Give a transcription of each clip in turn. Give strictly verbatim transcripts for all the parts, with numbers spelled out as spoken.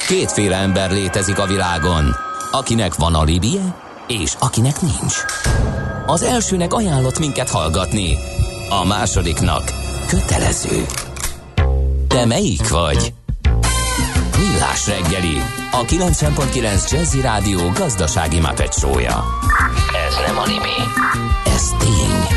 Kétféle ember létezik a világon, akinek van alibije, és akinek nincs. Az elsőnek ajánlott minket hallgatni, a másodiknak kötelező. Te melyik vagy? Millás reggeli, a kilencven pont kilenc Jazzy Rádió gazdasági Muppet show-ja. Ez nem anime, ez tény.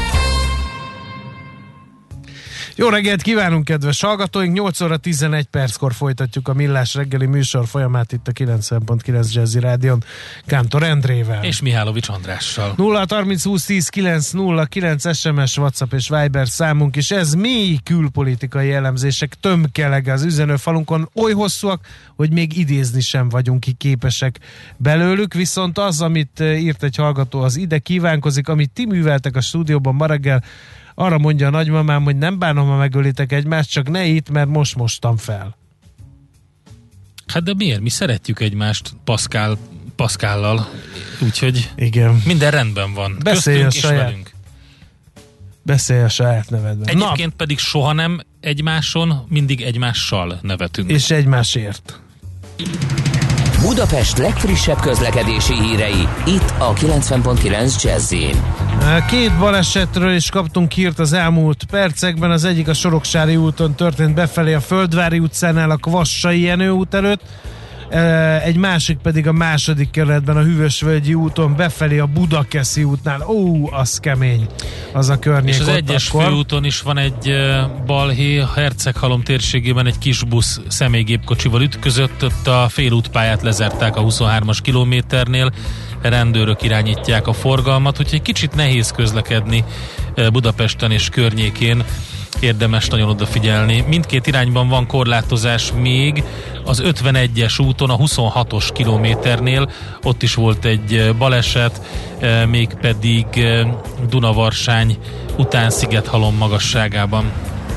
Jó reggelt kívánunk, kedves hallgatóink! nyolc óra tizenegy perckor folytatjuk a Millás reggeli műsor folyamát itt a kilencven pont kilenc Jazzy Rádion Kántor Endrével. És Mihálovics Andrással. nulla harminc húsz tíz kilenc nulla kilenc es em es, WhatsApp és Viber számunk is. Ez mély külpolitikai elemzések tömkelege az üzenőfalunkon. Oly hosszúak, hogy még idézni sem vagyunk ki képesek belőlük. Viszont az, amit írt egy hallgató, az ide kívánkozik, amit ti műveltek a stúdióban ma reggel. Arra mondja a nagymamám, hogy nem bánom, ha megölitek egymást, csak ne itt, mert most mostam fel. Hát de miért? Mi szeretjük egymást Pascal, Pascallal, úgyhogy igen, minden rendben van. Beszélj köztünk a saját, és velünk. Beszélj a saját nevedben. Egyébként Na, pedig soha nem egymáson, mindig egymással nevetünk. és egymásért. Budapest legfrissebb közlekedési hírei, itt a kilencven pont kilenc Jazzyn. Két balesetről is kaptunk hírt az elmúlt percekben. Az egyik a Soroksári úton történt befelé a Földvári utcánál a Kvassai Jenő út előtt, egy másik pedig a második kerületben a Hűvösvölgyi úton befelé a Budakeszi útnál. Ó, az kemény az a környék. És az egyes akkor. főúton is van egy balhé, Herceghalom térségében egy kis busz személygépkocsival ütközött, ott a félútpályát lezárták a huszonhármas kilométernél, rendőrök irányítják a forgalmat, úgyhogy kicsit nehéz közlekedni Budapesten és környékén, érdemes nagyon odafigyelni. Mindkét irányban van korlátozás még, az ötvenegyes úton a huszonhatos kilométernél, ott is volt egy baleset, mégpedig Dunavarsány után Szigethalom magasságában.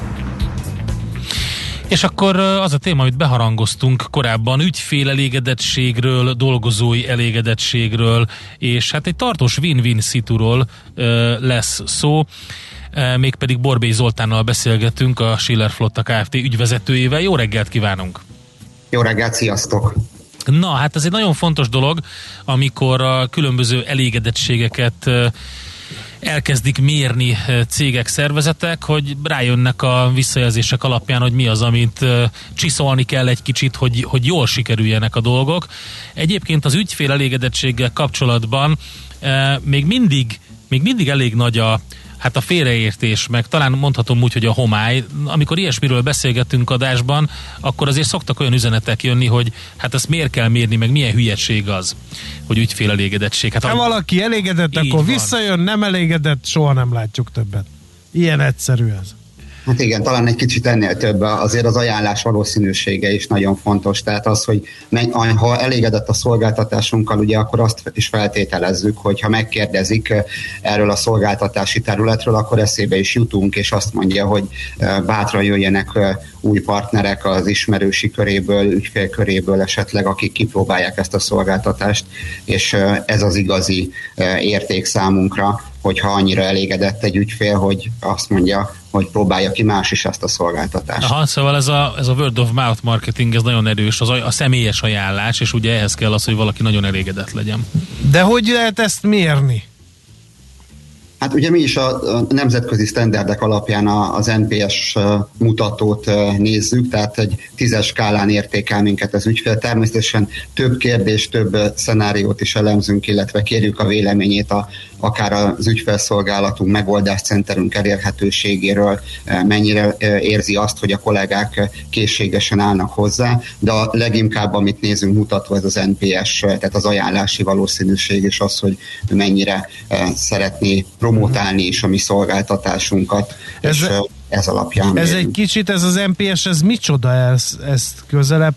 És akkor az a téma, amit beharangoztunk korábban, ügyfél elégedettségről, dolgozói elégedettségről, és hát egy tartós win-win szituról lesz szó. Mégpedig Borbély Zoltánnal beszélgetünk, a Schiller Flotta Kft. Ügyvezetőjével. Jó reggelt kívánunk! Jó reggelt, sziasztok! Na, hát ez egy nagyon fontos dolog, amikor a különböző elégedettségeket elkezdik mérni cégek, szervezetek, hogy rájönnek a visszajelzések alapján, hogy mi az, amit csiszolni kell egy kicsit, hogy, hogy jól sikerüljenek a dolgok. Egyébként az ügyfél elégedettséggel kapcsolatban még mindig, még mindig elég nagy a hát a félreértés, meg talán mondhatom úgy, hogy a homály. Amikor ilyesmiről beszélgettünk adásban, akkor azért szoktak olyan üzenetek jönni, hogy hát ezt miért kell mérni, meg milyen hülyeség az, hogy ügyfél elégedettség. Hát ha a... valaki elégedett, akkor van. Visszajön, nem elégedett, soha nem látjuk többet. Ilyen egyszerű ez. Hát igen, talán egy kicsit ennél több, azért az ajánlás valószínűsége is nagyon fontos, tehát az, hogy ha elégedett a szolgáltatásunkkal, ugye akkor azt is feltételezzük, hogy ha megkérdezik erről a szolgáltatási területről, akkor eszébe is jutunk, és azt mondja, hogy bátran jöjjenek új partnerek az ismerősi köréből, ügyfél köréből esetleg, akik kipróbálják ezt a szolgáltatást, és ez az igazi érték számunkra, hogyha annyira elégedett egy ügyfél, hogy azt mondja, hogy próbálja ki más is ezt a szolgáltatást. Aha, szóval ez a, ez a word of mouth marketing, ez nagyon erős, az a, a személyes ajánlás, és ugye ehhez kell az, hogy valaki nagyon elégedett legyen. De hogy lehet ezt mérni? Hát ugye mi is a nemzetközi sztenderdek alapján az en pé es mutatót nézzük, tehát egy tízes skálán értékel minket az ügyfél. Természetesen több kérdést, több szenáriót is elemzünk, illetve kérjük a véleményét a, akár az ügyfélszolgálatunk, megoldáscenterünk elérhetőségéről, mennyire érzi azt, hogy a kollégák készségesen állnak hozzá, de a leginkább, amit nézünk mutató, ez az en pé es, tehát az ajánlási valószínűség, és az, hogy mennyire szeretné promotálni is a mi szolgáltatásunkat, ez, és ez alapján. Ez egy kicsit, ez az en pé es, ez micsoda? Ez, ezt közelebb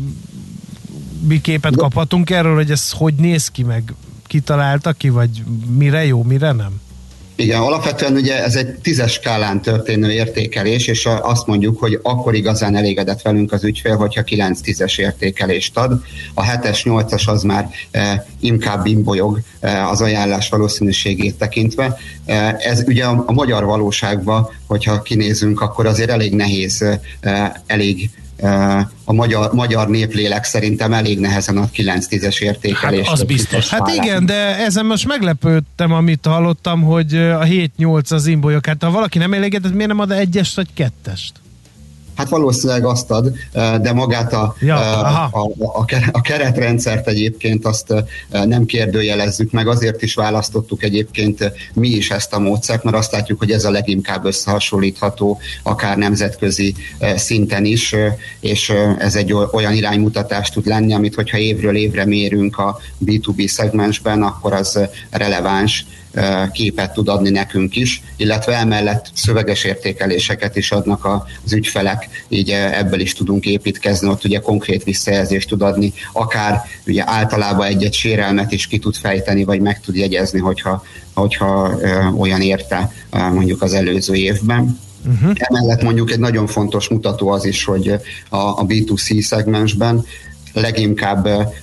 mi képet kaphatunk erről, hogy ez hogy néz ki, meg kitalálta ki, vagy mire jó, mire nem? Igen, alapvetően ugye ez egy tízes skálán történő értékelés, és azt mondjuk, hogy akkor igazán elégedett velünk az ügyfél, hogyha kilenc tízes értékelést ad. A hetes, nyolcas az már e, inkább bimbolyog e, az ajánlás valószínűségét tekintve. E, ez ugye a, a magyar valóságban, hogyha kinézünk, akkor azért elég nehéz, e, elég a magyar, magyar néplélek szerintem elég nehezen ad kilenc tízes értékelést. Hát az biztos. Hát igen, de ezen most meglepődtem, amit hallottam, hogy a hét nyolc az imbolyok. Hát ha valaki nem elégedett, miért nem ad egyest vagy kettest? Hát valószínűleg azt ad, de magát a, ja, a, a, a, a keretrendszert egyébként azt nem kérdőjelezzük meg, azért is választottuk egyébként mi is ezt a módszert, mert azt látjuk, hogy ez a leginkább összehasonlítható akár nemzetközi szinten is, és ez egy olyan iránymutatás tud lenni, amit hogyha évről évre mérünk a bé kettő bé szegmensben, akkor az releváns képet tud adni nekünk is, illetve emellett szöveges értékeléseket is adnak az ügyfelek, így ebből is tudunk építkezni, ott ugye konkrét visszajelzést tud adni, akár ugye általában egy-egy sérelmet is ki tud fejteni, vagy meg tud jegyezni, hogyha, hogyha olyan érte mondjuk az előző évben. Uh-huh. Emellett mondjuk egy nagyon fontos mutató az is, hogy a, a bé kettő cé szegmensben leginkább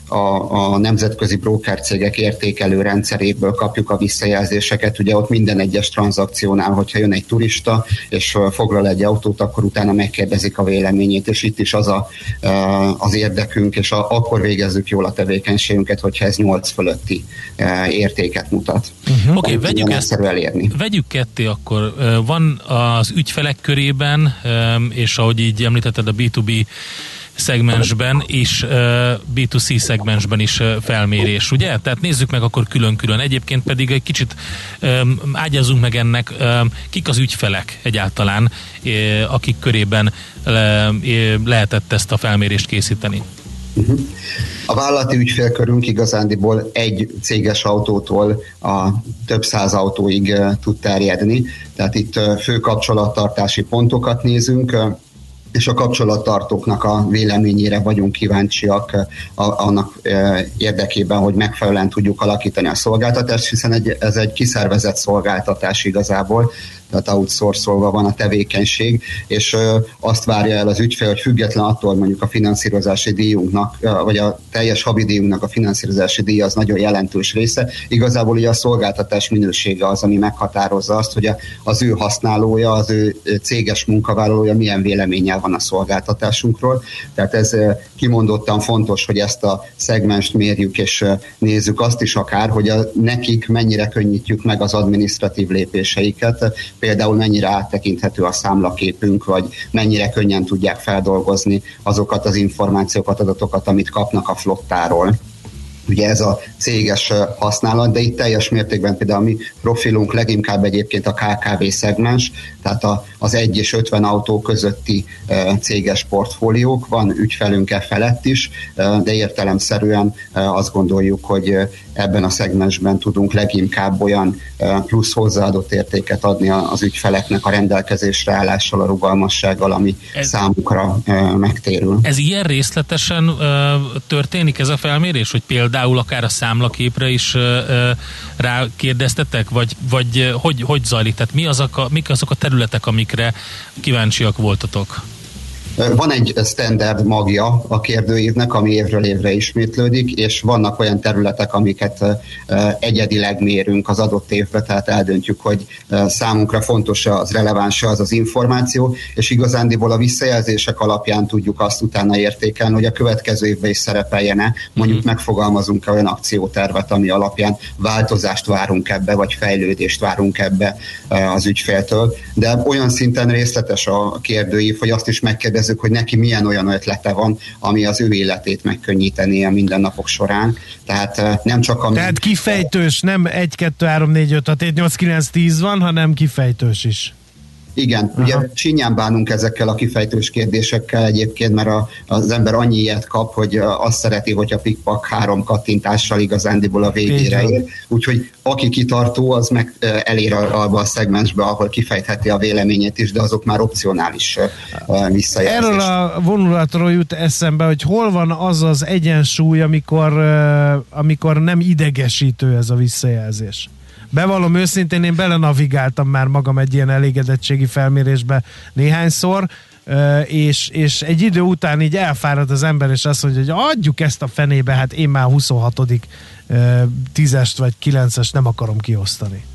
a, a nemzetközi brókercégek értékelő rendszeréből kapjuk a visszajelzéseket. Ugye ott minden egyes tranzakciónál, hogyha jön egy turista, és foglal egy autót, akkor utána megkérdezik a véleményét, és itt is az a, az érdekünk, és a, akkor végezzük jól a tevékenységünket, hogyha ez nyolc fölötti értéket mutat. Uh-huh. Oké, okay, vegyük ezt, elérni. vegyük ketté akkor. Van az ügyfelek körében, és ahogy így említetted, a bé kettő bé szegmensben és uh, bé kettő cé szegmensben is uh, felmérés, ugye? Tehát nézzük meg akkor külön-külön. Egyébként pedig egy kicsit um, ágyazzunk meg ennek, um, kik az ügyfelek egyáltalán, uh, akik körében uh, lehetett ezt a felmérést készíteni. Uh-huh. A vállalati ügyfélkörünk igazándiból egy céges autótól a több száz autóig uh, tud terjedni, tehát itt uh, fő kapcsolattartási pontokat nézünk, uh, és a kapcsolattartóknak a véleményére vagyunk kíváncsiak annak érdekében, hogy megfelelően tudjuk alakítani a szolgáltatást, hiszen egy, ez egy kiszervezett szolgáltatás igazából, tehát outsourcolva van a tevékenység, és azt várja el az ügyfél, hogy független attól mondjuk a finanszírozási díjunknak, vagy a teljes habidíjunknak a finanszírozási díj az nagyon jelentős része. Igazából ugye a szolgáltatás minősége az, ami meghatározza azt, hogy az ő használója, az ő céges munkavállalója milyen véleménnyel van a szolgáltatásunkról. Tehát ez kimondottan fontos, hogy ezt a szegmenst mérjük és nézzük azt is akár, hogy a, nekik mennyire könnyítjük meg az adminisztratív lépéseiket, például mennyire áttekinthető a számlaképünk, vagy mennyire könnyen tudják feldolgozni azokat az információkat, adatokat, amit kapnak a flottáról. Ugye ez a céges használat, de itt teljes mértékben például a mi profilunk leginkább egyébként a ká ká vé szegmens, tehát a, az egy és ötven autó közötti e, céges portfóliók, van ügyfelünk e felett is, e, de értelemszerűen e, azt gondoljuk, hogy ebben a szegmensben tudunk leginkább olyan e, plusz hozzáadott értéket adni az ügyfeleknek a rendelkezésre állással, a rugalmassággal, ami ez, számukra e, megtérül. Ez ilyen részletesen e, történik ez a felmérés, hogy például akár a számlaképre is e, rákérdeztetek, vagy, vagy hogy, hogy zajlik? Tehát mi azok a, mik azok a területek, amikre kíváncsiak voltatok? Van egy standard magja a kérdőívnek, ami évről évre ismétlődik, és vannak olyan területek, amiket egyedileg mérünk az adott évre, tehát eldöntjük, hogy számunkra fontos az releváns az az információ, és igazándiból a visszajelzések alapján tudjuk azt utána értékelni, hogy a következő évben is szerepeljen-e, mondjuk mm-hmm. megfogalmazunk-e olyan akciótervet, ami alapján változást várunk ebbe, vagy fejlődést várunk ebbe az ügyféltől, de olyan szinten részletes a kérdőív, hogy azt is megkérdezzük, hogy neki milyen olyan ötlete van, ami az ő életét megkönnyítené a mindennapok során. Tehát nem csak a... Tehát kifejtős, nem egy, kettő, három, négy, öt, hat, hét, nyolc, kilenc, tíz van, hanem kifejtős is. Igen, aha. Ugye csinyán bánunk ezekkel a kifejtős kérdésekkel egyébként, mert a, az ember annyi ilyet kap, hogy azt szereti, hogy a pikpak három kattintással igazándiból a végére ér. Úgyhogy aki kitartó, az meg elér abba a szegmensbe, ahol kifejtheti a véleményét is, de azok már opcionális visszajelzés. Erről a vonulatról jut eszembe, hogy hol van az az egyensúly, amikor, amikor nem idegesítő ez a visszajelzés. Bevallom őszintén, én belenavigáltam már magam egy ilyen elégedettségi felmérésbe néhányszor, és, és egy idő után így elfárad az ember, és azt mondja, hogy adjuk ezt a fenébe, hát én már huszonhatodik tízest vagy kilencest nem akarom kiosztani.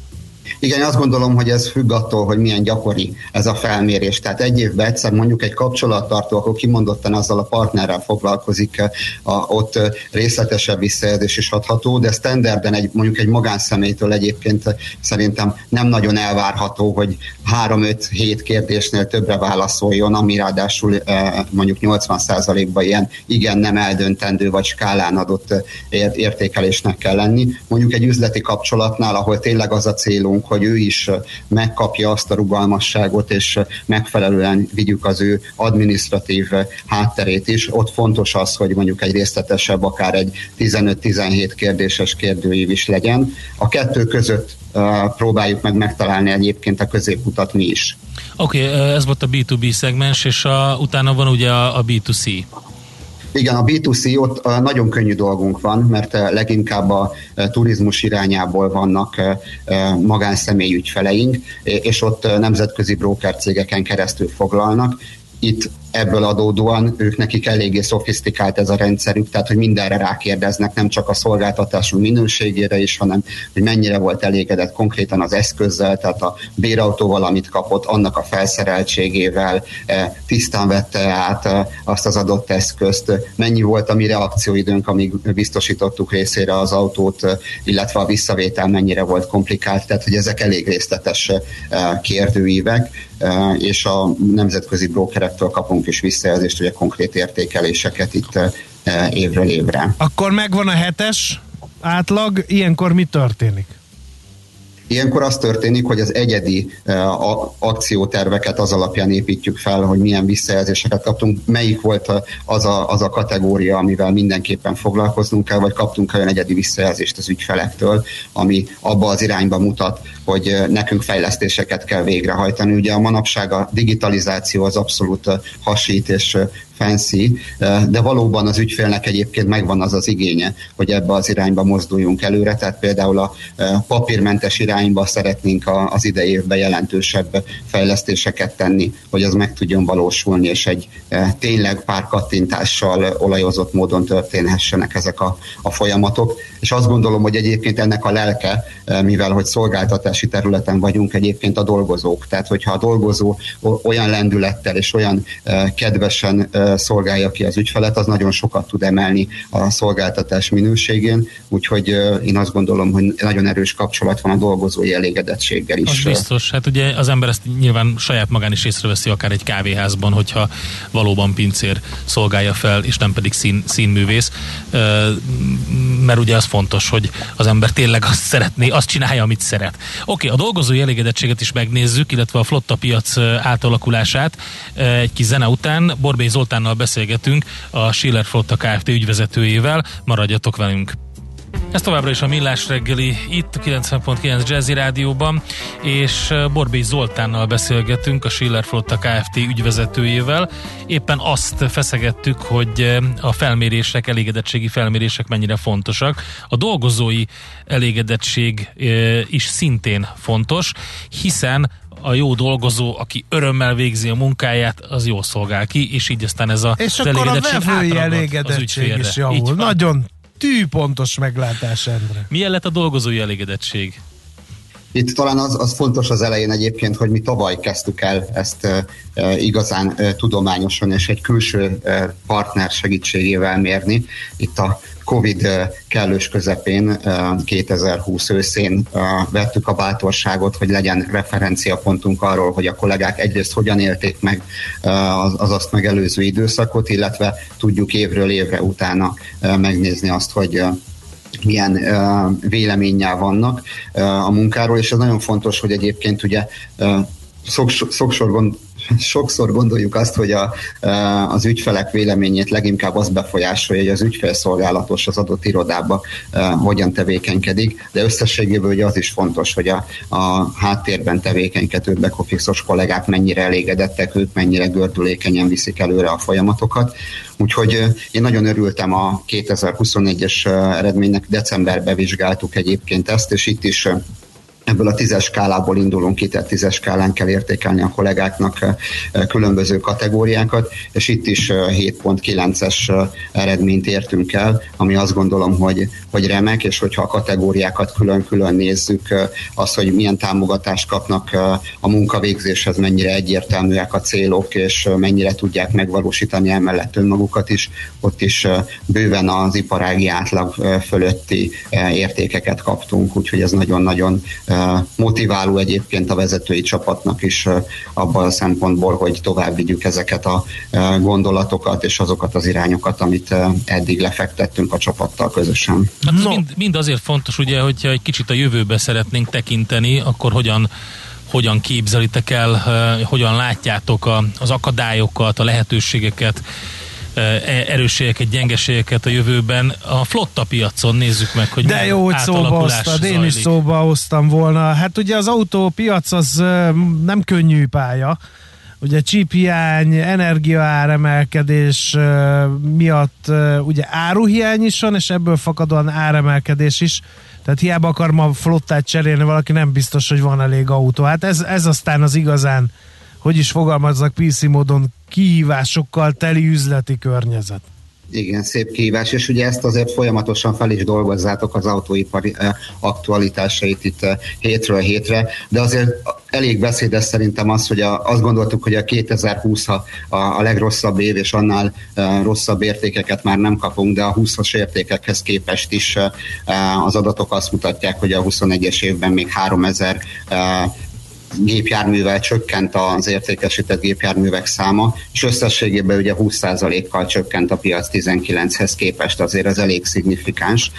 Igen, azt gondolom, hogy ez függ attól, hogy milyen gyakori ez a felmérés. Tehát egy évben egyszer mondjuk egy kapcsolattartó, akkor kimondottan azzal a partnerrel foglalkozik, a, ott részletesebb visszajelzés is adható, de standarden egy, mondjuk egy magánszemélytől egyébként szerintem nem nagyon elvárható, hogy három-öt-hét kérdésnél többre válaszoljon, ami ráadásul mondjuk nyolcvan százalékban ilyen igen, nem eldöntendő vagy skálán adott értékelésnek kell lenni. Mondjuk egy üzleti kapcsolatnál, ahol tényleg az a célunk, hogy ő is megkapja azt a rugalmasságot, és megfelelően vigyük az ő adminisztratív hátterét is. Ott fontos az, hogy mondjuk egy részletesebb, akár egy tizenöt-tizenhét kérdéses kérdőív is legyen. A kettő között uh, próbáljuk meg megtalálni egyébként a középutat mi is. Oké, okay, ez volt a bé kettő bé szegmens, és a, utána van ugye a, a bé kettő cé. Igen, a bé kettő cé ott nagyon könnyű dolgunk van, mert leginkább a turizmus irányából vannak magánszemély ügyfeleink, és ott nemzetközi brókercégeken keresztül foglalnak. Itt ebből adódóan ők nekik eléggé szofisztikált ez a rendszerük, tehát hogy mindenre rákérdeznek, nem csak a szolgáltatásunk minőségére is, hanem hogy mennyire volt elégedett konkrétan az eszközzel, tehát a bérautóval, amit kapott, annak a felszereltségével, tisztán vette át azt az adott eszközt, mennyi volt a mi reakcióidőnk, amíg biztosítottuk részére az autót, illetve a visszavétel mennyire volt komplikált, tehát hogy ezek elég részletes kérdőívek, és a nemzetközi brókerektől kapunk is visszajelzést, ugye konkrét értékeléseket itt évről évre. Akkor megvan a hetes átlag, ilyenkor mi történik? Ilyenkor az történik, hogy az egyedi akcióterveket az alapján építjük fel, hogy milyen visszajelzéseket kaptunk, melyik volt az a, az a kategória, amivel mindenképpen foglalkoznunk kell, vagy kaptunk olyan egyedi visszajelzést az ügyfelektől, ami abba az irányba mutat, hogy nekünk fejlesztéseket kell végrehajtani. Ugye a manapság a digitalizáció az abszolút hasít és fancy, de valóban az ügyfélnek egyébként megvan az az igénye, hogy ebbe az irányba mozduljunk előre, tehát például a papírmentes irányba szeretnénk az idei évben jelentősebb fejlesztéseket tenni, hogy az meg tudjon valósulni, és egy tényleg pár kattintással olajozott módon történhessenek ezek a, a folyamatok. És azt gondolom, hogy egyébként ennek a lelke, mivel hogy szolgáltatási területen vagyunk, egyébként a dolgozók. Tehát, hogyha a dolgozó olyan lendülettel és olyan kedvesen szolgálja ki az ügyfelet, az nagyon sokat tud emelni a szolgáltatás minőségén, úgyhogy én azt gondolom, hogy nagyon erős kapcsolat van a dolgozói elégedettséggel is. Az biztos, hát ugye az ember ezt nyilván saját magán is észreveszi, akár egy kávéházban, hogyha valóban pincér szolgálja fel, és nem pedig szín, színművész, mert ugye az fontos, hogy az ember tényleg azt szeretné, azt csinálja, amit szeret. Oké, a dolgozói elégedettséget is megnézzük, illetve a flotta piac átalakulását. Egy kis zene után Borbély Zoltánnal beszélgetünk, a Schiller Flotta Kft. Ügyvezetőjével. Maradjatok velünk! Ez továbbra is a Millás reggeli, itt a kilencven pont kilenc Jazzy Rádióban, és Borbély Zoltánnal beszélgetünk, a Schiller Flotta Kft. Ügyvezetőjével. Éppen azt feszegettük, hogy a felmérések, elégedettségi felmérések mennyire fontosak. A dolgozói elégedettség is szintén fontos, hiszen a jó dolgozó, aki örömmel végzi a munkáját, az jól szolgál ki, és így aztán ez a és akkor a vevői elégedettség is javul. Nagyon tűpontos meglátás, Endre. Milyen lett a dolgozói elégedettség? Itt talán az, az fontos az elején egyébként, hogy mi tavaly kezdtük el ezt e, e, igazán e, tudományosan és egy külső e, partner segítségével mérni. Itt a Covid kellős közepén, kétezer-húsz őszén vettük a bátorságot, hogy legyen referenciapontunk arról, hogy a kollégák egyrészt hogyan élték meg az azt megelőző időszakot, illetve tudjuk évről évre utána megnézni azt, hogy milyen uh, véleménnyel vannak uh, a munkáról, és ez nagyon fontos, hogy egyébként ugye uh, szok, sokszor, gond, sokszor gondoljuk azt, hogy a, uh, az ügyfelek véleményét leginkább az befolyásolja, hogy az ügyfélszolgálatos az adott irodában uh, hogyan tevékenykedik, de összességében ugye az is fontos, hogy a, a háttérben tevékenykedő back office-os kollégák mennyire elégedettek, ők mennyire gördülékenyen viszik előre a folyamatokat. Úgyhogy én nagyon örültem a kétezer-huszonnégyes eredménynek, decemberben vizsgáltuk egyébként ezt, és itt is ebből a tízes skálából indulunk ki, tehát tízes skálán kell értékelni a kollégáknak különböző kategóriákat, és itt is hét pont kilences eredményt értünk el, ami azt gondolom, hogy, hogy remek, és hogyha a kategóriákat külön-külön nézzük, az, hogy milyen támogatást kapnak a munkavégzéshez, mennyire egyértelműek a célok, és mennyire tudják megvalósítani emellett önmagukat is, ott is bőven az iparági átlag fölötti értékeket kaptunk, úgyhogy ez nagyon-nagyon motiváló egyébként a vezetői csapatnak is abban a szempontból, hogy tovább vigyük ezeket a gondolatokat és azokat az irányokat, amit eddig lefektettünk a csapattal közösen. Hát ez no. mind, mind azért fontos, ugye, hogyha egy kicsit a jövőbe szeretnénk tekinteni, akkor hogyan hogyan képzelitek el, hogyan látjátok a, az akadályokat, a lehetőségeket, erősségeket, gyengeségeket a jövőben. A flotta piacon nézzük meg, hogy de jó, hogy szóba hoztad, én is szóba hoztam volna. Hát ugye az autópiac az nem könnyű pálya. Ugye csíphiány, energiaáremelkedés miatt ugye áruhiány is van, és ebből fakadóan áremelkedés is. Tehát hiába akar ma flottát cserélni, valaki nem biztos, hogy van elég autó. Hát ez, ez aztán az igazán, hogy is fogalmazzak pé cé módon, kihívásokkal teli üzleti környezet. Igen, szép kihívás, és ugye ezt azért folyamatosan fel is dolgozzátok az autóipari aktualitásait itt hétről hétre, de azért elég beszédes szerintem az, hogy a, azt gondoltuk, hogy a kétezer-húsz a, a legrosszabb év, és annál uh, rosszabb értékeket már nem kapunk, de a húszas értékekhez képest is uh, az adatok azt mutatják, hogy a huszonegyes évben még háromezer uh, gépjárművel csökkent az értékesített gépjárművek száma, és összességében ugye húsz százalékkal csökkent a piac tizenkilenchez képest, azért az elég szignifikáns.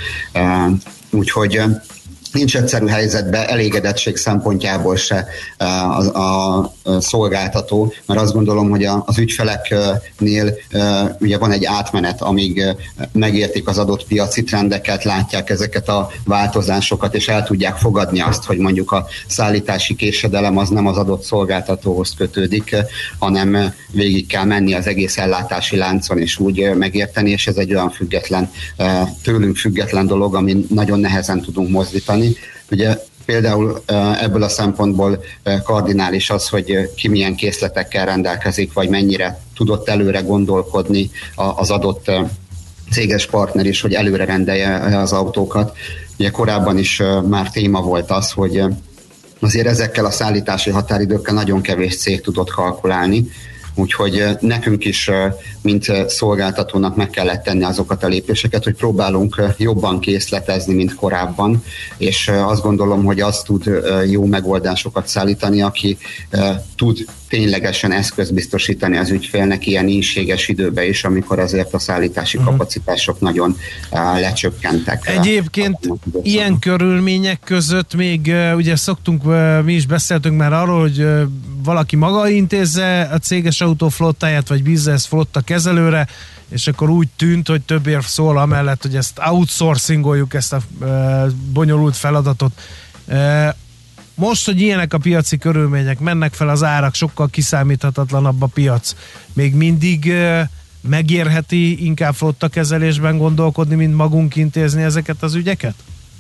Úgyhogy nincs egyszerű helyzetben, elégedettség szempontjából se a, a szolgáltató, mert azt gondolom, hogy az ügyfeleknél ugye van egy átmenet, amíg megértik az adott piaci trendeket, látják ezeket a változásokat, és el tudják fogadni azt, hogy mondjuk a szállítási késedelem az nem az adott szolgáltatóhoz kötődik, hanem végig kell menni az egész ellátási láncon, és úgy megérteni, és ez egy olyan független, tőlünk független dolog, ami nagyon nehezen tudunk mozdítani. Ugye például ebből a szempontból kardinális az, hogy ki milyen készletekkel rendelkezik, vagy mennyire tudott előre gondolkodni az adott céges partner is, hogy előre rendelje az autókat. Ugye korábban is már téma volt az, hogy azért ezekkel a szállítási határidőkkel nagyon kevés cég tudott kalkulálni, úgyhogy nekünk is, mint szolgáltatónak meg kellett tenni azokat a lépéseket, hogy próbálunk jobban készletezni, mint korábban, és azt gondolom, hogy az tud jó megoldásokat szállítani, aki tud ténylegesen eszközt biztosítani az ügyfélnek ilyen ínséges időben is, amikor azért a szállítási uh-huh. kapacitások nagyon uh, lecsökkentek. Egyébként uh, ilyen körülmények között még uh, ugye szoktunk, uh, mi is beszéltünk már arról, hogy uh, valaki maga intézze a céges autóflottáját, vagy bízza ezt flotta kezelőre, és akkor úgy tűnt, hogy több érv szól amellett, hogy ezt outsourcingoljuk, ezt a uh, bonyolult feladatot. Uh, Most, hogy ilyenek a piaci körülmények, mennek fel az árak, sokkal kiszámíthatatlanabb a piac, még mindig uh, megérheti inkább flotta kezelésben gondolkodni, mint magunk intézni ezeket az ügyeket?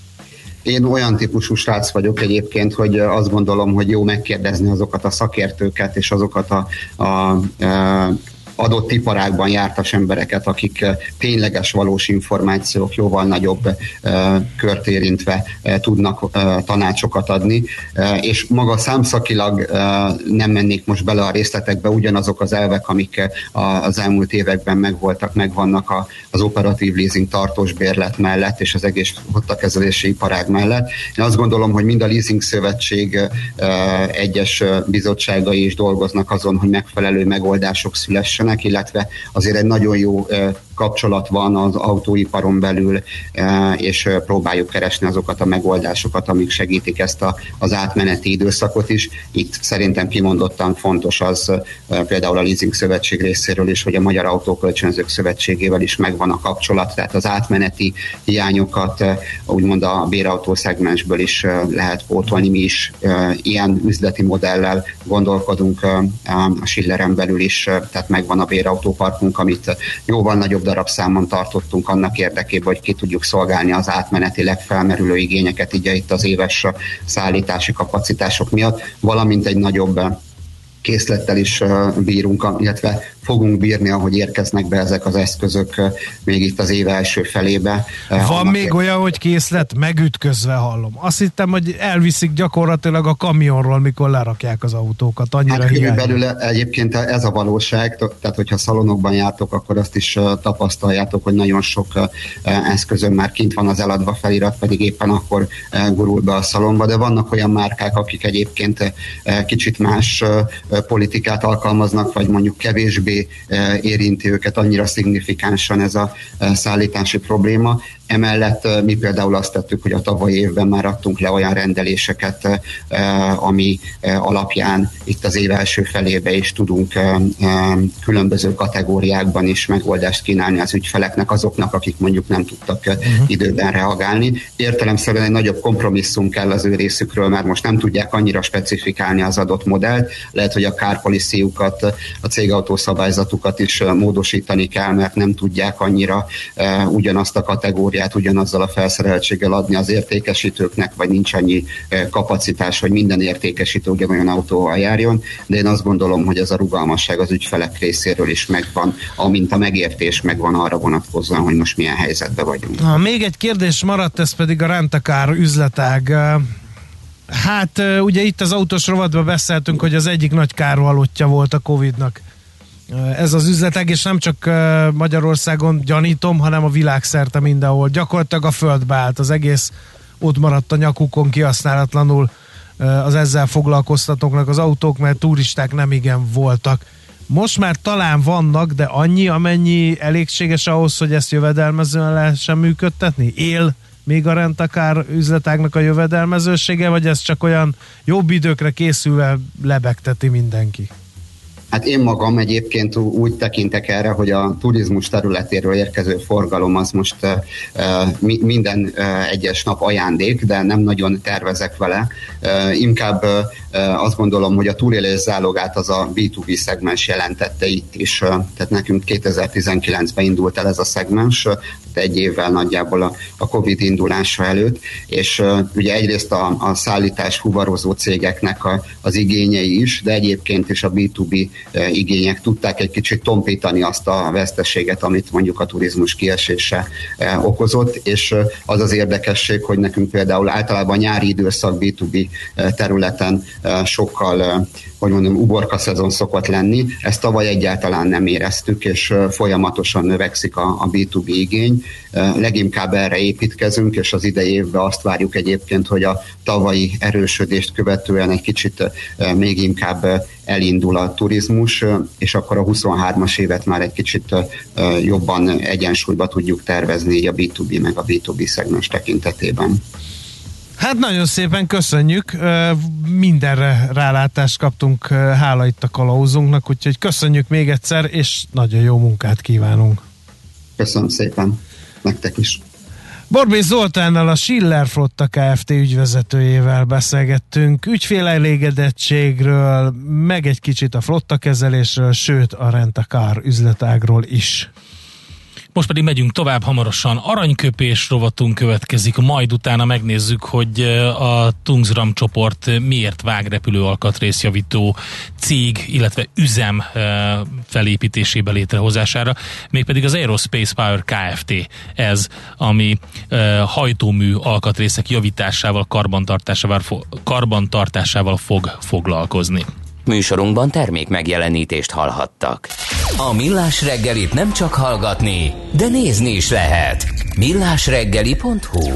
Én olyan típusú srác vagyok egyébként, hogy azt gondolom, hogy jó megkérdezni azokat a szakértőket és azokat a, a, a adott iparágban jártas embereket, akik tényleges, valós információk jóval nagyobb uh, kört érintve uh, tudnak uh, tanácsokat adni, uh, és maga számszakilag uh, nem mennék most bele a részletekbe, ugyanazok az elvek, amik uh, az elmúlt években megvoltak, megvannak a, az operatív leasing tartós bérlet mellett, és az egész flottakezelési iparág mellett. Én azt gondolom, hogy mind a leasing szövetség uh, egyes bizottságai is dolgoznak azon, hogy megfelelő megoldások szülessenek, illetve azért egy nagyon jó kapcsolat van az autóiparon belül, és próbáljuk keresni azokat a megoldásokat, amik segítik ezt a, az átmeneti időszakot is. Itt szerintem kimondottan fontos az például a Leasing Szövetség részéről is, hogy a Magyar Autókölcsönzők Szövetségével is megvan a kapcsolat, tehát az átmeneti hiányokat úgymond a bérautó szegmensből is lehet pótolni. Mi is ilyen üzleti modellel gondolkodunk a Schilleren belül is, tehát megvan a bérautóparkunk, amit jóval nagyobb darabszámon tartottunk annak érdekében, hogy ki tudjuk szolgálni az átmenetileg felmerülő igényeket, így itt az éves szállítási kapacitások miatt, valamint egy nagyobb készlettel is bírunk, illetve fogunk bírni, ahogy érkeznek be ezek az eszközök még itt az év első felébe. Van még ér... olyan, hogy készlet megütközve hallom. Azt hittem, hogy elviszik gyakorlatilag a kamionról, mikor lerakják az autókat. Annyira hát körülbelül egyébként ez a valóság, tehát hogyha szalonokban jártok, akkor azt is tapasztaljátok, hogy nagyon sok eszközön már kint van az eladva felirat, pedig éppen akkor gurul be a szalonba, de vannak olyan márkák, akik egyébként kicsit más politikát alkalmaznak, vagy mondjuk kevésbé érinti őket annyira szignifikánsan ez a szállítási probléma. Emellett mi például azt tettük, hogy a tavalyi évben már adtunk le olyan rendeléseket, ami alapján itt az év első felébe is tudunk különböző kategóriákban is megoldást kínálni az ügyfeleknek, azoknak, akik mondjuk nem tudtak uh-huh. időben reagálni. Értelemszerűen egy nagyobb kompromisszum kell az ő részükről, mert most nem tudják annyira specifikálni az adott modellt. Lehet, hogy a car policy-ukat, a cégautószabályzatukat is módosítani kell, mert nem tudják annyira ugyanazt a kategóriát ugyanazzal a felszereltséggel adni az értékesítőknek, vagy nincs annyi kapacitás, hogy minden értékesítő ugyanolyan autóval járjon, de én azt gondolom, hogy ez a rugalmasság az ügyfelek részéről is megvan, amint a megértés megvan arra vonatkozóan, hogy most milyen helyzetben vagyunk. Ha, még egy kérdés maradt, ez pedig a Rent-A-Car üzletág. Hát ugye itt az autós rovatban beszéltünk, hogy az egyik nagy kárvallottja volt a Covidnak ez az üzletek, és nem csak Magyarországon gyanítom, hanem a világszerte mindenhol. Gyakorlatilag a földbe állt, az egész ott maradt a nyakukon kihasználatlanul az ezzel foglalkoztatóknak az autók, mert turisták nem igen voltak. Most már talán vannak, de annyi, amennyi elégséges ahhoz, hogy ezt jövedelmezően lehessen működtetni? Él még a Rent-A-Car üzletágnak a jövedelmezősége, vagy ez csak olyan jobb időkre készülve lebegteti mindenki? Hát én magam egyébként úgy tekintek erre, hogy a turizmus területéről érkező forgalom az most uh, minden uh, egyes nap ajándék, de nem nagyon tervezek vele. Uh, inkább uh, azt gondolom, hogy a túlélés zálogát az a bé kettő bé szegmens jelentette itt is. Uh, tehát nekünk kétezer-tizenkilencben indult el ez a szegmens, uh, egy évvel nagyjából a, a Covid indulása előtt, és uh, ugye egyrészt a, a szállítás fuvarozó cégeknek a, az igényei is, de egyébként is a bé kettő bé igények tudták egy kicsit tompítani azt a veszteséget, amit mondjuk a turizmus kiesése okozott, és az az érdekesség, hogy nekünk például általában nyári időszak bé kettő bé területen sokkal, hogy mondom, uborka szezon szokott lenni. Ezt tavaly egyáltalán nem éreztük, és folyamatosan növekszik a, a bé kettő bé igény. Leginkább erre építkezünk, és az idei évben azt várjuk egyébként, hogy a tavalyi erősödést követően egy kicsit még inkább elindul a turizmus, és akkor a huszonhármas évet már egy kicsit jobban egyensúlyba tudjuk tervezni így a bé kettő bé meg a bé kettő bé szegmens tekintetében. Hát nagyon szépen köszönjük, mindenre rálátást kaptunk, hála itt a kalauzunknak, úgyhogy köszönjük még egyszer, és nagyon jó munkát kívánunk. Köszönöm szépen, nektek is. Borbély Zoltánnal, a Schiller Flotta Kft. Ügyvezetőjével beszélgettünk ügyfélelégedettségről, meg egy kicsit a flotta kezelésről, sőt a Rent-A-Car üzletágról is. Most pedig megyünk tovább hamarosan. Aranyköpés rovatunk következik, majd utána megnézzük, hogy a Tungsram csoport miért vág repülőalkatrészjavító cég, illetve üzem felépítésébe, létrehozására, mégpedig az Aerospace Power Kft. Ez, ami hajtómű alkatrészek javításával, karbantartásával, karbantartásával fog foglalkozni. Műsorunkban termék megjelenítést hallhattak. A Millás reggelit nem csak hallgatni, de nézni is lehet. millásreggeli pont hu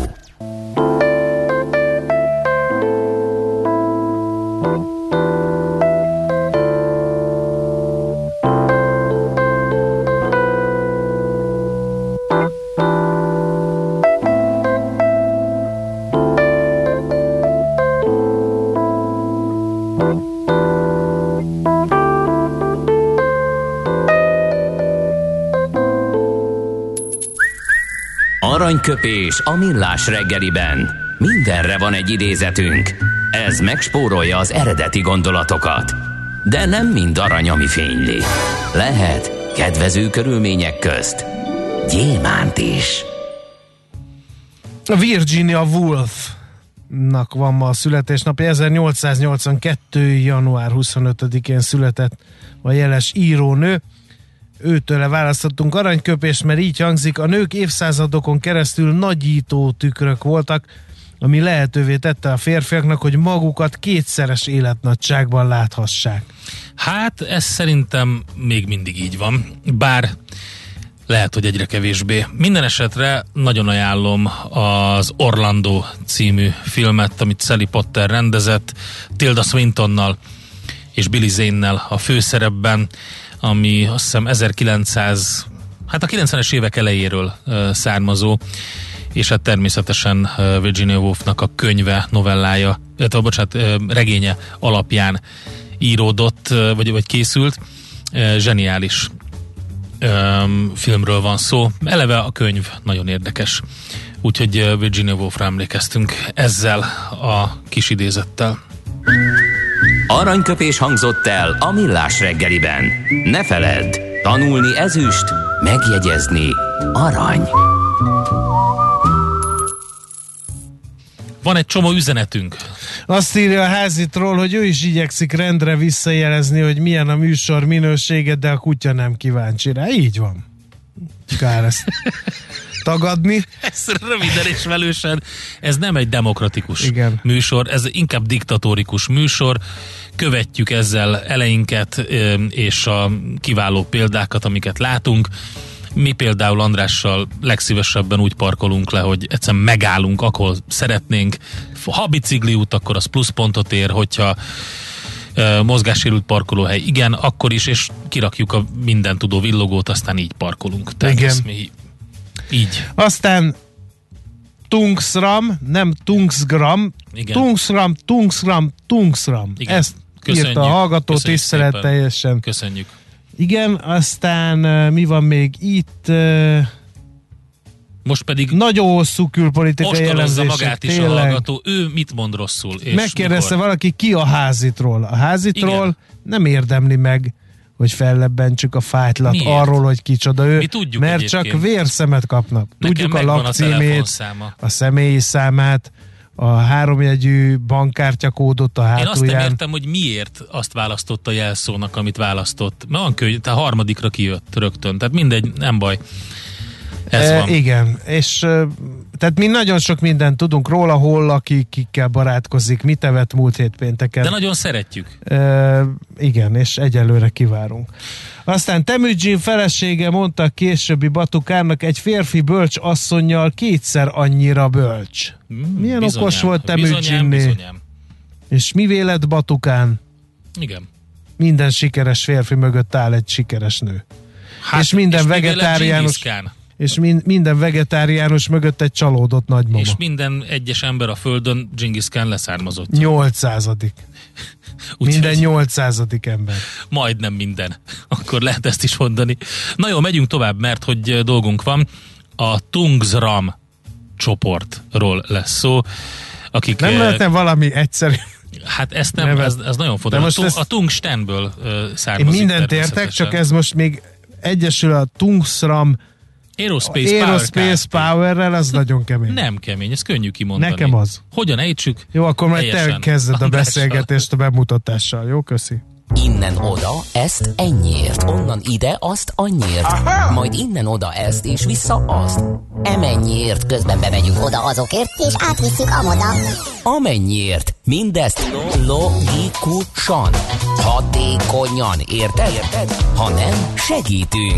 Aranyköpés a Millás reggeliben. Mindenre van egy idézetünk. Ez megspórolja az eredeti gondolatokat. De nem mind arany, ami fényli. Lehet kedvező körülmények közt gyémánt is. A Virginia Woolfnak van ma a születésnapja, ezernyolcszáznyolcvankettő. január huszonötödikén született a jeles írónő. Őtőle választottunk aranyköpést, mert így hangzik: a nők évszázadokon keresztül nagyító tükrök voltak, ami lehetővé tette a férfiaknak, hogy magukat kétszeres életnagyságban láthassák. Hát ez szerintem még mindig így van, bár lehet, hogy egyre kevésbé. Minden esetre nagyon ajánlom az Orlando című filmet, amit Sally Potter rendezett, Tilda Swintonnal és Billy Zane-nel a főszerepben, ami azt hiszem ezerkilencszáz, hát a kilencvenes évek elejéről uh, származó, és hát természetesen uh, Virginia Woolfnak a könyve, novellája, illetve, bocsánat, uh, regénye alapján íródott, uh, vagy, vagy készült. Uh, zseniális um, filmről van szó. Eleve a könyv nagyon érdekes. Úgyhogy uh, Virginia Woolfra emlékeztünk ezzel a kis idézettel. Aranyköpés hangzott el a Millás reggeliben. Ne feledd, tanulni ezüst, megjegyezni arany. Van egy csomó üzenetünk. Azt írja a házitról, hogy ő is igyekszik rendre visszajelezni, hogy milyen a műsor minősége, de a kutya nem kíváncsi rá. Így van. Kár ezt tagadni. Ez röviden és velősen, ez nem egy demokratikus Igen. műsor, ez inkább diktatórikus műsor. Követjük ezzel eleinket és a kiváló példákat, amiket látunk. Mi például Andrással legszívesebben úgy parkolunk le, hogy egyszerűen megállunk, ahol szeretnénk. Ha bicikli út, akkor az pluszpontot ér, hogyha uh, mozgássérült parkolóhely, igen, akkor is, és kirakjuk a minden tudó villogót, aztán így parkolunk. Tehát igen. Mi így. Aztán Tungsram, nem Tungsgram, Igen. Tungsram, Tungsram, Tungsram. Igen. Ezt Köszönjük. írta a hallgató, Köszönjük tisztelet szépen. teljesen. Köszönjük. Igen, aztán uh, mi van még itt? Uh, Most pedig nagyon hosszú külpolitikai ostorozza jellemzések. magát is a hallgató. Ő mit mond rosszul? És Megkérdezte mikor? valaki, ki a házitról. A házitról Igen. nem érdemli meg, hogy fellebbentsük a fájtlat Miért? arról, hogy kicsoda ő, Mi tudjuk mert egyébként. csak vérszemet kapnak. Nekem Tudjuk a megvan a lakcímét, telefonszáma. a személyi számát, a háromjegyű bankkártyakódot a Én azt nem hátulján. értem, hogy miért azt választotta a jelszónak, amit választott. Mert van könnyű, tehát harmadikra kijött rögtön. Tehát mindegy, nem baj. Ez e, van. Igen, és e, tehát mi nagyon sok mindent tudunk róla, hol lakik, kikkel barátkozik, mit evett múlt hét pénteken. De nagyon szeretjük. E, igen, és egyelőre kivárunk. Aztán Temüdzsin felesége mondta későbbi Batukárnak, egy férfi bölcs asszonnyal kétszer annyira bölcs. Mm, Milyen bizonyám, okos volt bizonyám, Temüdzsinné. bizonyám. És mi vélet Batukán? Igen. Minden sikeres férfi mögött áll egy sikeres nő. Hát, és minden és mi vélet vegetáriánus Dzsingisz Kán? és min- minden vegetáriánus mögött egy csalódott nagymama. És minden egyes ember a földön Dzsingisz Kán leszármazott. nyolcszázadik. Úgy, Minden hogy nyolcszázadik ember. majdnem minden. Akkor lehet ezt is mondani. Na jó, megyünk tovább, mert hogy dolgunk van. A Tungsram csoportról lesz szó. Akik, Nem eh, lehetne valami egyszerű. Hát ezt nem, Nem, ez, ez nagyon de fontos. most A, tung, ezt- a tungstenből uh, Én származik. mindent értek, természetesen. csak ez most még egyesül a Tungsram Aerospace, Aerospace Power Powerrel, az nagyon kemény. Nem kemény, ez könnyű kimondani. Nekem az. Hogyan ejtsük? Jó, akkor majd te Helyesen. kezded a Andrással. beszélgetést a bemutatással. Jó, köszi. Innen oda, ezt ennyiért, onnan ide, azt annyiért, Aha! majd innen oda ezt, és vissza azt. Emennyiért közben bemegyünk oda azokért, És átvisszük amoda. amennyiért. Mindezt logikusan, hatékonyan, érted? Érted? Ha nem, segítünk.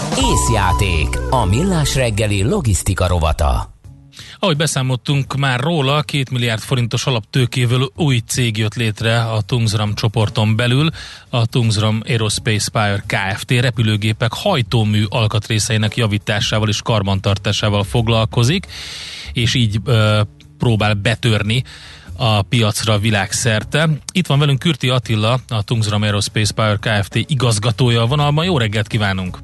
Észjáték, a Millás reggeli logisztika rovata. Ahogy beszámoltunk már róla, két milliárd forintos alaptőkével új cég jött létre a Tungsram csoporton belül. A Tungsram Aerospace Power Kft. Repülőgépek hajtómű alkatrészeinek javításával és karbantartásával foglalkozik, és így ö, próbál betörni a piacra világszerte. Itt van velünk Kürti Attila, a Tungsram Aerospace Power Kft. Igazgatója a vonalban. Jó reggelt kívánunk!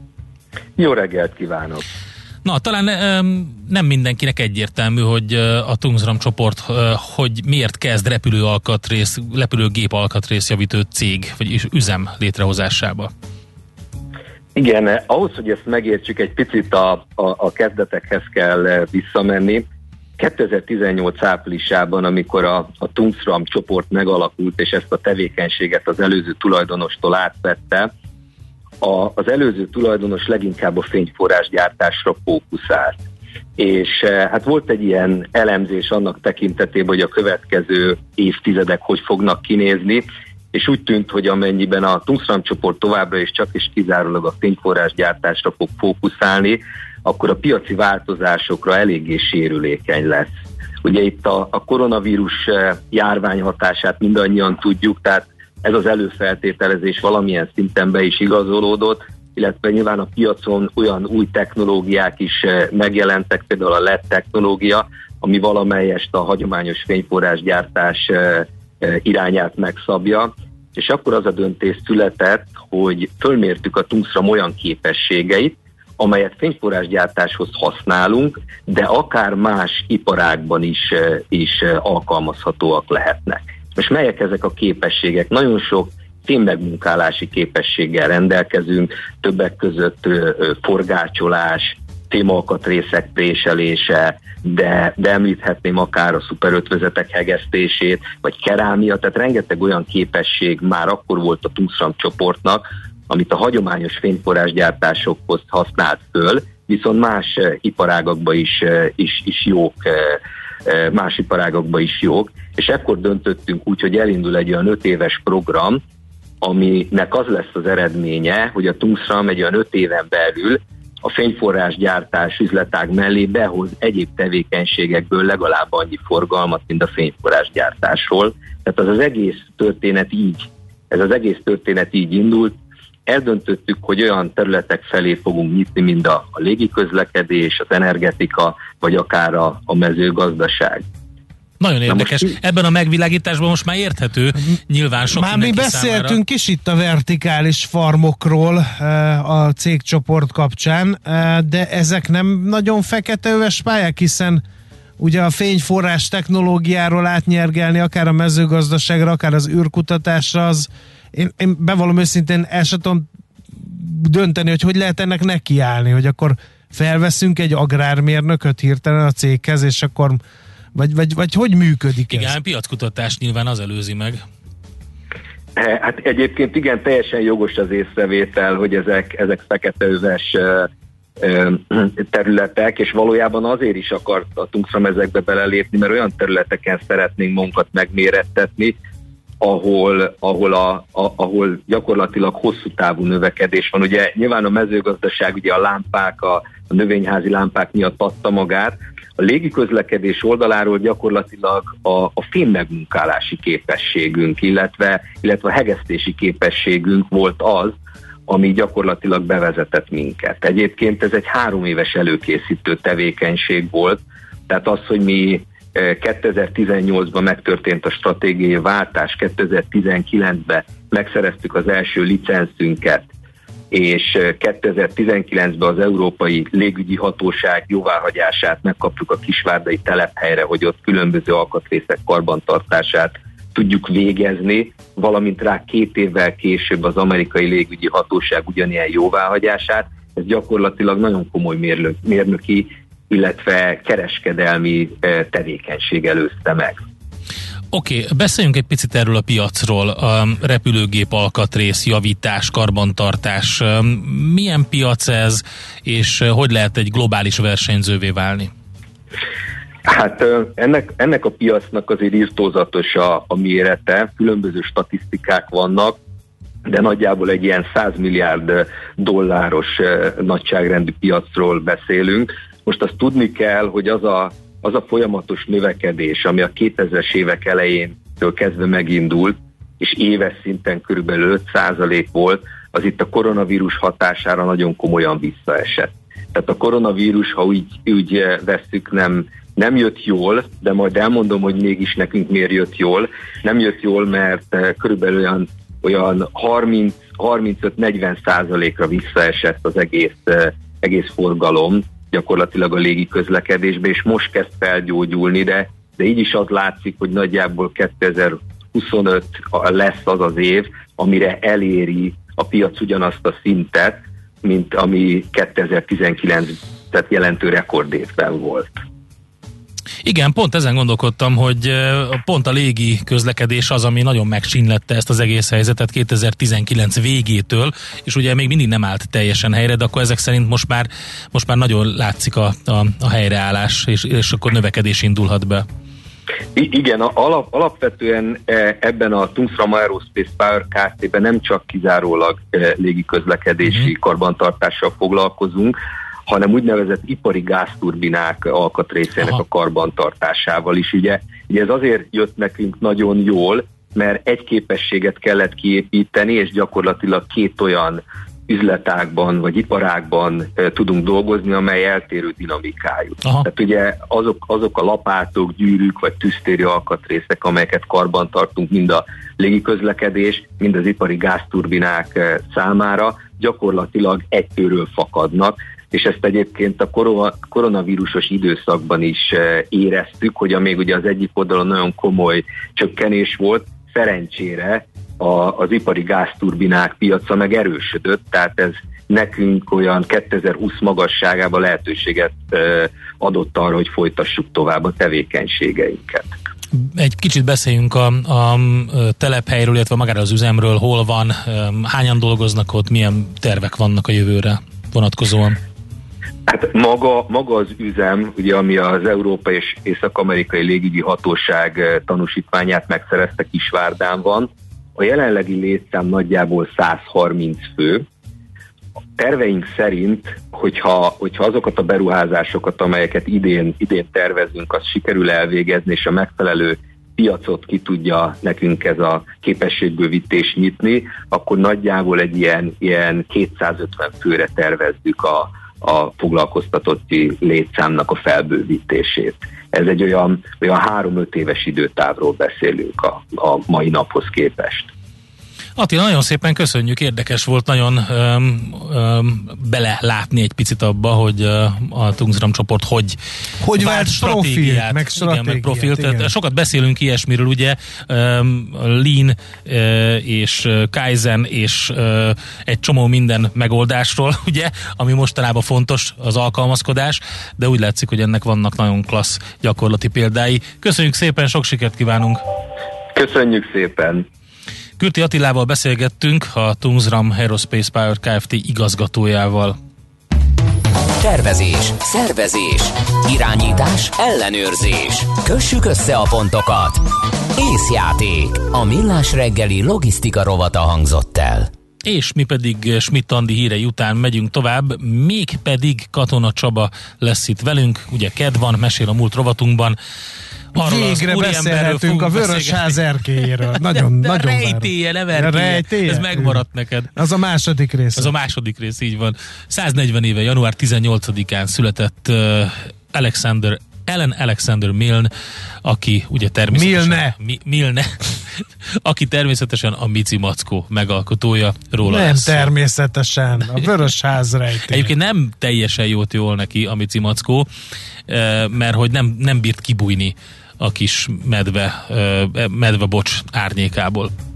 Jó reggelt kívánok! Na, talán nem mindenkinek egyértelmű, hogy a Tungsram csoport, hogy miért kezd repülő alkatrész, repülőgép alkatrészjavítő cég, vagy üzem létrehozásába. Igen, ahhoz, hogy ezt megértsük, egy picit a, a, a kezdetekhez kell visszamenni. kétezer-tizennyolc áprilisában, amikor a, a Tungsram csoport megalakult, és ezt a tevékenységet az előző tulajdonostól átvette, a, az előző tulajdonos leginkább a fényforrásgyártásra fókuszált. És hát volt egy ilyen elemzés annak tekintetében, hogy a következő évtizedek hogy fognak kinézni, és úgy tűnt, hogy amennyiben a Tungsram csoport továbbra is csak és kizárólag a fényforrásgyártásra fog fókuszálni, akkor a piaci változásokra eléggé sérülékeny lesz. Ugye itt a, a koronavírus járvány hatását mindannyian tudjuk, tehát ez az előfeltételezés valamilyen szinten be is igazolódott, illetve nyilván a piacon olyan új technológiák is megjelentek, például a el é dé technológia, ami valamelyest a hagyományos fényforrásgyártás irányát megszabja, és akkor az a döntés született, hogy fölmértük a Tungsram olyan képességeit, amelyet fényforrásgyártáshoz használunk, de akár más iparágban is, is alkalmazhatóak lehetnek. Most melyek ezek a képességek? Nagyon sok fémmegmunkálási képességgel rendelkezünk, többek között forgácsolás, fémalkatrészek préselése, de, de említhetném akár a szuperötvözetek hegesztését, vagy kerámia, tehát rengeteg olyan képesség már akkor volt a Tungsram csoportnak, amit a hagyományos fényforrásgyártásokhoz használt föl, viszont más iparágakban is, is, is jók, más iparágakban is jók, és ekkor döntöttünk úgy, hogy elindul egy olyan öt éves program, aminek az lesz az eredménye, hogy a Tungsram egy olyan öt éven belül a fényforrásgyártás üzletág mellé behoz egyéb tevékenységekből legalább annyi forgalmat, mint a fényforrásgyártásról. Tehát az az egész történet így, ez az egész történet így indult. Eldöntöttük, hogy olyan területek felé fogunk nyitni, mint a, a légiközlekedés, az energetika, vagy akár a, a mezőgazdaság. Nagyon érdekes. Most, ebben a megvilágításban most már érthető, nyilván sok már mi beszéltünk számára. is itt a vertikális farmokról a cégcsoport kapcsán, de ezek nem nagyon feketeöves pályák, hiszen ugye a fényforrás technológiáról átnyergelni akár a mezőgazdaságra, akár az űrkutatásra, az én, én bevallom őszintén el sem tudom dönteni, hogy hogy lehet ennek nekiállni, hogy akkor felveszünk egy agrármérnököt hirtelen a céghez, és akkor Vagy, vagy, vagy hogy működik ez? Igen, piackutatás nyilván az előzi meg. Hát egyébként igen, teljesen jogos az észrevétel, hogy ezek, ezek feketeöves területek, és valójában azért is akart a Tungsram ezekbe belelépni, mert olyan területeken szeretnénk magunkat megmérettetni, ahol, ahol, a, a, ahol gyakorlatilag hosszú távú növekedés van. Ugye nyilván a mezőgazdaság, ugye a lámpák, a, a növényházi lámpák miatt adta magát. A légiközlekedés oldaláról gyakorlatilag a, a fémmegmunkálási képességünk, illetve, illetve a hegesztési képességünk volt az, ami gyakorlatilag bevezetett minket. Egyébként ez egy három éves előkészítő tevékenység volt, tehát az, hogy mi kétezer-tizennyolcban megtörtént a stratégiai váltás, kétezer-tizenkilencben megszereztük az első licenszünket, és kétezer-tizenkilencben az Európai Légügyi Hatóság jóváhagyását megkaptuk a kisvárdai telephelyre, hogy ott különböző alkatrészek karbantartását tudjuk végezni, valamint rá két évvel később az Amerikai Légügyi Hatóság ugyanilyen jóváhagyását. Ez gyakorlatilag nagyon komoly mérnök, mérnöki, illetve kereskedelmi tevékenység előzte meg. Oké, okay, beszéljünk egy picit erről a piacról, a repülőgép alkatrész, javítás, karbantartás. Milyen piac ez, és hogy lehet egy globális versenyzővé válni? Hát ennek, ennek a piacnak azért irtózatos a, a mérete, különböző statisztikák vannak, de nagyjából egy ilyen száz milliárd dolláros nagyságrendű piacról beszélünk. Most azt tudni kell, hogy az a az a folyamatos növekedés, ami a kétezres évek elejéntől kezdve megindult, és éves szinten körülbelül öt százalék volt, az itt a koronavírus hatására nagyon komolyan visszaesett. Tehát a koronavírus, ha úgy, úgy vesszük, nem, nem jött jól, de majd elmondom, hogy mégis nekünk miért jött jól. Nem jött jól, mert körülbelül olyan, olyan harminc-harmincöt-negyven százalékra visszaesett az egész, egész forgalom, gyakorlatilag a légi közlekedésbe, és most kezd felgyógyulni, de, de így is az látszik, hogy nagyjából kétezer-huszonöt lesz az az év, amire eléri a piac ugyanazt a szintet, mint ami kétezer-tizenkilenc, tehát jelentő rekordévben volt. Igen, pont ezen gondolkodtam, hogy pont a légi közlekedés az, ami nagyon megsínlette ezt az egész helyzetet kétezer-tizenkilenc végétől, és ugye még mindig nem állt teljesen helyre, de akkor ezek szerint most már, most már nagyon látszik a, a, a helyreállás, és, és akkor növekedés indulhat be. I- igen, alap, alapvetően ebben a Tungsram Aerospace Power Kft-ben nem csak kizárólag légi közlekedési uh-huh. karbantartással foglalkozunk, hanem úgynevezett ipari gázturbinák alkatrészének Aha. a karbantartásával is. Ugye, ugye ez azért jött nekünk nagyon jól, mert egy képességet kellett kiépíteni, és gyakorlatilag két olyan üzletágban vagy iparágban e, tudunk dolgozni, amely eltérő dinamikájú. Aha. Tehát ugye azok, azok a lapátok, gyűrűk vagy tüztéri alkatrészek, amelyeket karban tartunk mind a légiközlekedés, mind az ipari gázturbinák e, számára, gyakorlatilag egytőről fakadnak, és ezt egyébként a koronavírusos időszakban is éreztük, hogy amíg ugye az egyik oldalon nagyon komoly csökkenés volt, szerencsére a, az ipari gázturbinák piaca meg erősödött, tehát ez nekünk olyan kétezer-húsz magasságában lehetőséget adott arra, hogy folytassuk tovább a tevékenységeinket. Egy kicsit beszéljünk a, a telephelyről, illetve magáról az üzemről, hol van, hányan dolgoznak ott, milyen tervek vannak a jövőre vonatkozóan? Hát maga, maga az üzem, ugye, ami az Európai és Észak-Amerikai Légügyi Hatóság tanúsítványát megszerezte, Kisvárdán van. A jelenlegi létszám nagyjából száz harminc fő. A terveink szerint, hogyha, hogyha azokat a beruházásokat, amelyeket idén, idén tervezünk, azt sikerül elvégezni, és a megfelelő piacot ki tudja nekünk ez a képességbővítés nyitni, akkor nagyjából egy ilyen, ilyen kétszázötven főre tervezzük a a foglalkoztatotti létszámnak a felbővítését. Ez egy olyan, olyan három-öt éves időtávról beszélünk a, a mai naphoz képest. Attila, nagyon szépen köszönjük, érdekes volt nagyon öm, öm, belelátni egy picit abba, hogy ö, a Tungsram csoport hogy, hogy vált stratégiát, meg stratégiát, igen, meg profilt. Igen. Sokat beszélünk ilyesmiről, ugye öm, Lean ö, és Kaizen és ö, egy csomó minden megoldásról, ugye, ami mostanában fontos, az alkalmazkodás, de úgy látszik, hogy ennek vannak nagyon klassz gyakorlati példái. Köszönjük szépen, sok sikert kívánunk! Köszönjük szépen! Kürti Attilával beszélgettünk, a Tungsram Aerospace Power Kft. Igazgatójával. Tervezés, szervezés, irányítás, ellenőrzés. Kössük össze a pontokat. Észjáték. A Millás reggeli logisztika rovata hangzott el. És mi pedig Schmidt Andi hírei után megyünk tovább, még pedig Katona Csaba lesz itt velünk, ugye kedd van, mesél a múlt rovatunkban. Arról végre beszélhetünk a Vörösház erkélyéről. Nagyon, de, de nagyon rejtélye, nem erkélye. Ez megmaradt neked. Az a második rész. Ez a második rész, így van. száznegyven éve, január tizennyolcadikán született uh, Alexander, Alan Alexander Milne, aki ugye természetesen... Milne! Mi, Milne. aki természetesen a Mici Mackó megalkotója, róla Nem lesz. természetesen, a Vörösház rejtély. Egyébként nem teljesen jót jól neki a Mici Mackó, mert hogy nem, nem bírt kibújni a kis medve, medve bocs árnyékából.